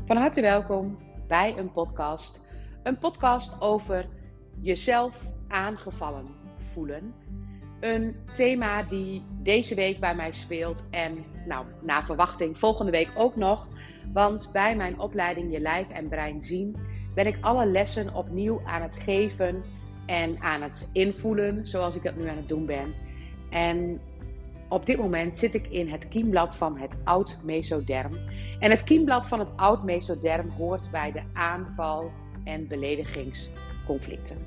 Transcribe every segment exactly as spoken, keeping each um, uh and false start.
Van harte welkom bij een podcast. Een podcast over jezelf aangevallen voelen. Een thema die deze week bij mij speelt en nou, naar verwachting volgende week ook nog. Want bij mijn opleiding Je Lijf en Brein Zien ben ik alle lessen opnieuw aan het geven en aan het invoelen, zoals ik dat nu aan het doen ben. En op dit moment zit ik in het kiemblad van het oud mesoderm. En het kiemblad van het oud mesoderm hoort bij de aanval- en beledigingsconflicten.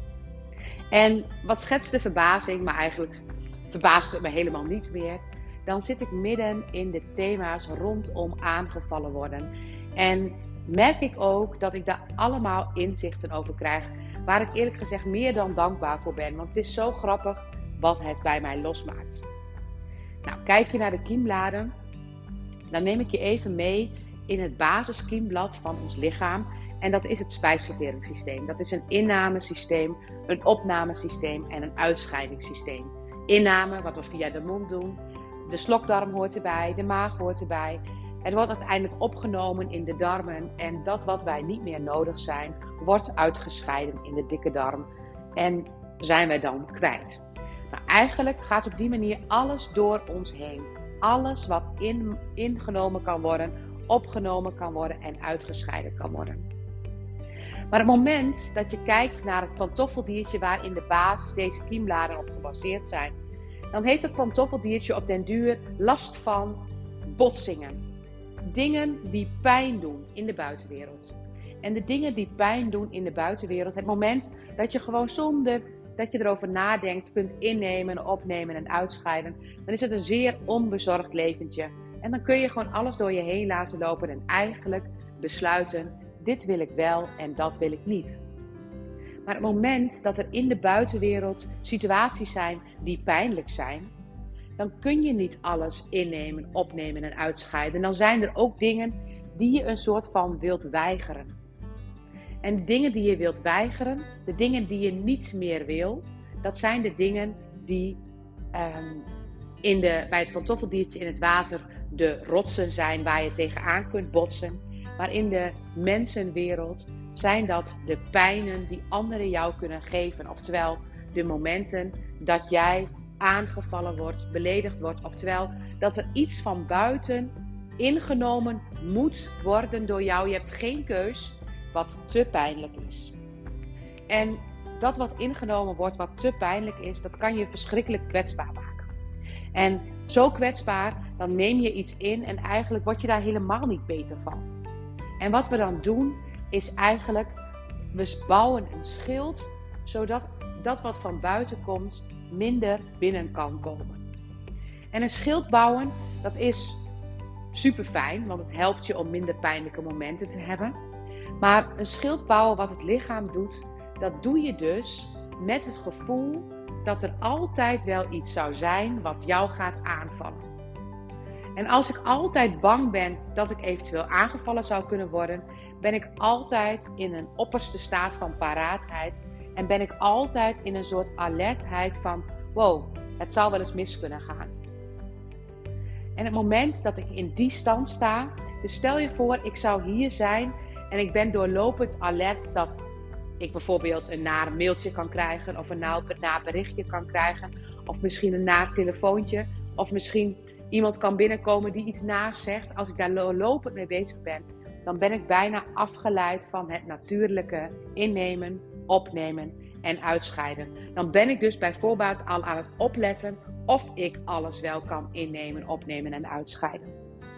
En wat schetst de verbazing, maar eigenlijk verbaast het me helemaal niet meer. Dan zit ik midden in de thema's rondom aangevallen worden. En merk ik ook dat ik daar allemaal inzichten over krijg, waar ik eerlijk gezegd meer dan dankbaar voor ben. Want het is zo grappig wat het bij mij losmaakt. Nou, kijk je naar de kiembladen, dan neem ik je even mee in het basiskiemblad van ons lichaam. En dat is het spijsverteringssysteem. Dat is een innamesysteem, een opnamesysteem en een uitscheidingssysteem. Inname, wat we via de mond doen. De slokdarm hoort erbij, de maag hoort erbij. Het wordt uiteindelijk opgenomen in de darmen. En dat wat wij niet meer nodig zijn, wordt uitgescheiden in de dikke darm. En zijn wij dan kwijt. Nou, eigenlijk gaat op die manier alles door ons heen. Alles wat in, ingenomen kan worden, opgenomen kan worden en uitgescheiden kan worden. Maar op het moment dat je kijkt naar het pantoffeldiertje waar in de basis deze kiembladen op gebaseerd zijn, dan heeft het pantoffeldiertje op den duur last van botsingen. Dingen die pijn doen in de buitenwereld. En de dingen die pijn doen in de buitenwereld, het moment dat je gewoon zonder dat je erover nadenkt, kunt innemen, opnemen en uitscheiden, dan is het een zeer onbezorgd leventje. En dan kun je gewoon alles door je heen laten lopen en eigenlijk besluiten, dit wil ik wel en dat wil ik niet. Maar op het moment dat er in de buitenwereld situaties zijn die pijnlijk zijn, dan kun je niet alles innemen, opnemen en uitscheiden. Dan zijn er ook dingen die je een soort van wilt weigeren. En de dingen die je wilt weigeren, de dingen die je niet meer wil, dat zijn de dingen die um, in de, bij het pantoffeldiertje in het water de rotsen zijn waar je tegenaan kunt botsen. Maar in de mensenwereld zijn dat de pijnen die anderen jou kunnen geven. Oftewel de momenten dat jij aangevallen wordt, beledigd wordt. Oftewel dat er iets van buiten ingenomen moet worden door jou. Je hebt geen keus. Wat te pijnlijk is. En dat wat ingenomen wordt, wat te pijnlijk is, dat kan je verschrikkelijk kwetsbaar maken. En zo kwetsbaar, dan neem je iets in en eigenlijk word je daar helemaal niet beter van. En wat we dan doen, is eigenlijk, we bouwen een schild, zodat dat wat van buiten komt, minder binnen kan komen. En een schild bouwen, dat is super fijn, want het helpt je om minder pijnlijke momenten te hebben. Maar een schild bouwen wat het lichaam doet, dat doe je dus met het gevoel dat er altijd wel iets zou zijn wat jou gaat aanvallen. En als ik altijd bang ben dat ik eventueel aangevallen zou kunnen worden, ben ik altijd in een opperste staat van paraatheid en ben ik altijd in een soort alertheid van wow, het zou wel eens mis kunnen gaan. En het moment dat ik in die stand sta, dus stel je voor ik zou hier zijn en ik ben doorlopend alert dat ik bijvoorbeeld een naar mailtje kan krijgen of een naar berichtje kan krijgen. Of misschien een naar telefoontje. Of misschien iemand kan binnenkomen die iets naast zegt. Als ik daar doorlopend mee bezig ben, dan ben ik bijna afgeleid van het natuurlijke innemen, opnemen en uitscheiden. Dan ben ik dus bijvoorbeeld al aan het opletten of ik alles wel kan innemen, opnemen en uitscheiden.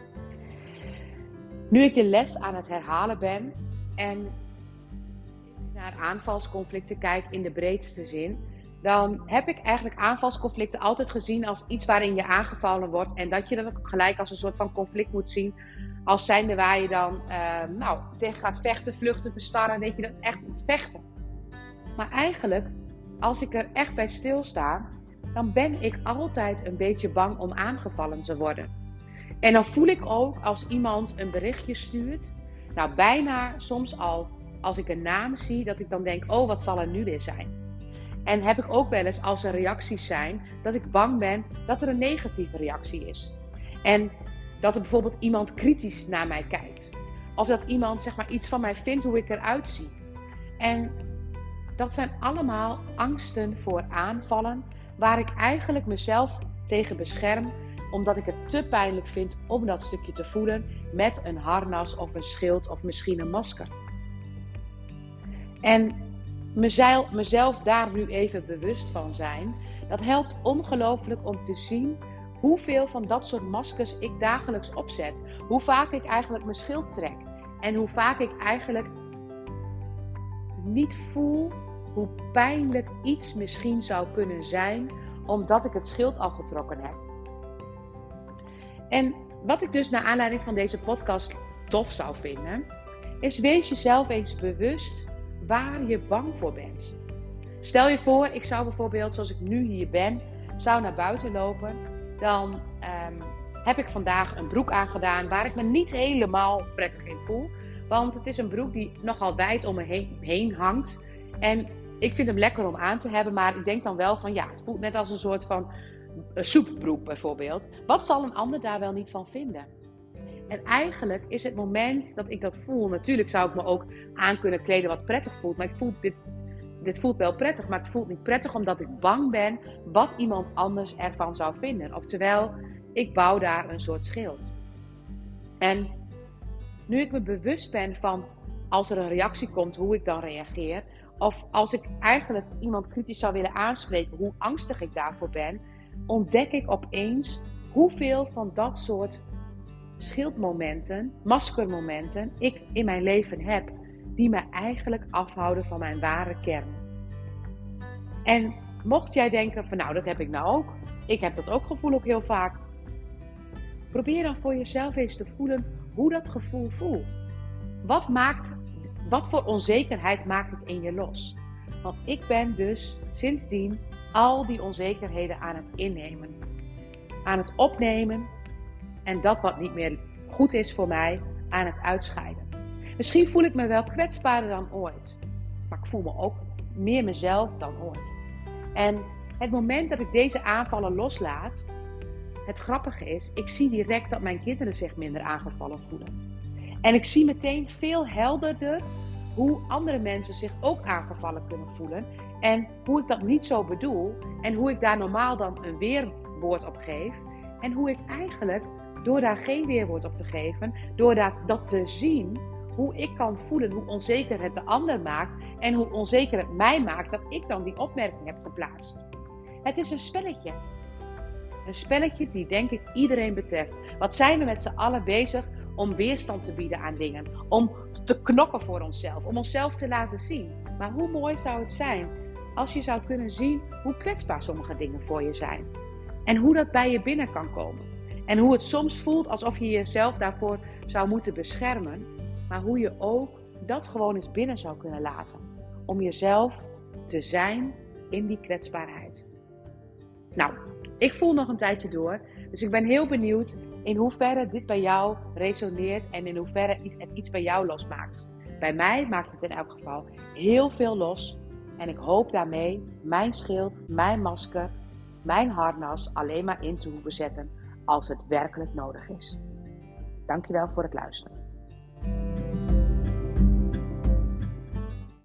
Nu ik de les aan het herhalen ben en naar aanvalsconflicten kijk in de breedste zin, dan heb ik eigenlijk aanvalsconflicten altijd gezien als iets waarin je aangevallen wordt en dat je dat gelijk als een soort van conflict moet zien, als zijnde waar je dan uh, nou, tegen gaat vechten, vluchten, verstarren, weet je dat echt het vechten. Maar eigenlijk, als ik er echt bij stilsta, dan ben ik altijd een beetje bang om aangevallen te worden. En dan voel ik ook als iemand een berichtje stuurt, nou bijna soms al als ik een naam zie, dat ik dan denk, oh wat zal er nu weer zijn? En heb ik ook wel eens als er reacties zijn, dat ik bang ben dat er een negatieve reactie is. En dat er bijvoorbeeld iemand kritisch naar mij kijkt. Of dat iemand zeg maar iets van mij vindt hoe ik eruit zie. En dat zijn allemaal angsten voor aanvallen, waar ik eigenlijk mezelf tegen bescherm, omdat ik het te pijnlijk vind om dat stukje te voelen met een harnas of een schild of misschien een masker. En mezelf, mezelf daar nu even bewust van zijn, dat helpt ongelooflijk om te zien hoeveel van dat soort maskers ik dagelijks opzet. Hoe vaak ik eigenlijk mijn schild trek. En hoe vaak ik eigenlijk niet voel hoe pijnlijk iets misschien zou kunnen zijn, omdat ik het schild al getrokken heb. En wat ik dus naar aanleiding van deze podcast tof zou vinden, is wees jezelf eens bewust waar je bang voor bent. Stel je voor, ik zou bijvoorbeeld, zoals ik nu hier ben, zou naar buiten lopen. Dan um, heb ik vandaag een broek aangedaan waar ik me niet helemaal prettig in voel. Want het is een broek die nogal wijd om me heen, heen hangt. En ik vind hem lekker om aan te hebben, maar ik denk dan wel van ja, het voelt net als een soort van een soepbroek bijvoorbeeld. Wat zal een ander daar wel niet van vinden? En eigenlijk is het moment dat ik dat voel, natuurlijk zou ik me ook aan kunnen kleden wat prettig voelt, maar ik voel dit, dit voelt wel prettig, maar het voelt niet prettig omdat ik bang ben wat iemand anders ervan zou vinden. Oftewel, ik bouw daar een soort schild. En nu ik me bewust ben van als er een reactie komt, hoe ik dan reageer, of als ik eigenlijk iemand kritisch zou willen aanspreken, hoe angstig ik daarvoor ben, ontdek ik opeens hoeveel van dat soort schildmomenten, maskermomenten ik in mijn leven heb, die me eigenlijk afhouden van mijn ware kern. En mocht jij denken van nou, dat heb ik nou ook, ik heb dat ook gevoel ook heel vaak, probeer dan voor jezelf eens te voelen hoe dat gevoel voelt. Wat maakt, wat voor onzekerheid maakt het in je los? Want ik ben dus sindsdien al die onzekerheden aan het innemen, aan het opnemen en dat wat niet meer goed is voor mij aan het uitscheiden. Misschien voel ik me wel kwetsbaarder dan ooit, maar ik voel me ook meer mezelf dan ooit. En het moment dat ik deze aanvallen loslaat, het grappige is, ik zie direct dat mijn kinderen zich minder aangevallen voelen. En ik zie meteen veel helderder hoe andere mensen zich ook aangevallen kunnen voelen. En hoe ik dat niet zo bedoel. En hoe ik daar normaal dan een weerwoord op geef. En hoe ik eigenlijk, door daar geen weerwoord op te geven, door dat, dat te zien, hoe ik kan voelen hoe onzeker het de ander maakt. En hoe onzeker het mij maakt dat ik dan die opmerking heb geplaatst. Het is een spelletje. Een spelletje die denk ik iedereen betreft. Wat zijn we met z'n allen bezig om weerstand te bieden aan dingen. Om te knokken voor onszelf. Om onszelf te laten zien. Maar hoe mooi zou het zijn als je zou kunnen zien hoe kwetsbaar sommige dingen voor je zijn. En hoe dat bij je binnen kan komen. En hoe het soms voelt alsof je jezelf daarvoor zou moeten beschermen. Maar hoe je ook dat gewoon eens binnen zou kunnen laten. Om jezelf te zijn in die kwetsbaarheid. Nou, ik voel nog een tijdje door. Dus ik ben heel benieuwd in hoeverre dit bij jou resoneert en in hoeverre het iets bij jou losmaakt. Bij mij maakt het in elk geval heel veel los. En ik hoop daarmee mijn schild, mijn masker, mijn harnas alleen maar in te hoeven zetten als het werkelijk nodig is. Dankjewel voor het luisteren.